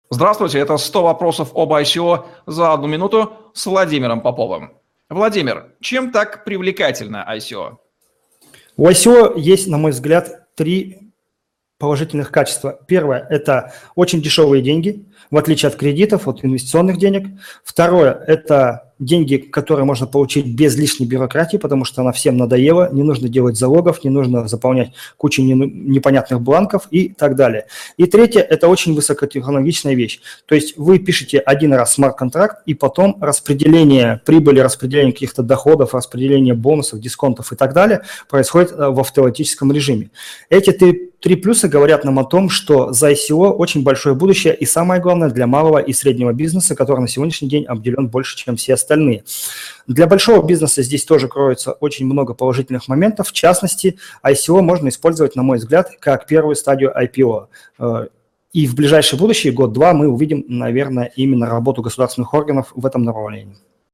Здравствуйте, это «100 вопросов об ICO за 1 минуту» с Владимиром Поповым. Владимир, чем так привлекательно ICO? У ICO есть, на мой взгляд, три положительных качества. Первое – это очень дешевые деньги, в отличие от кредитов, от инвестиционных денег. Второе – это деньги, которые можно получить без лишней бюрократии, потому что она всем надоела, не нужно делать залогов, не нужно заполнять кучу непонятных бланков и так далее. И третье – это очень высокотехнологичная вещь. То есть вы пишете один раз смарт-контракт, и потом распределение прибыли, распределение каких-то доходов, распределение бонусов, дисконтов и так далее происходит в автоматическом режиме. Эти три плюса говорят нам о том, что за ICO очень большое будущее и, самое главное, для малого и среднего бизнеса, который на сегодняшний день обделен больше, чем все остальные. Для большого бизнеса здесь тоже кроется очень много положительных моментов. В частности, ICO можно использовать, на мой взгляд, как первую стадию IPO. И в ближайшее будущее, год-два, мы увидим, наверное, именно работу государственных органов в этом направлении.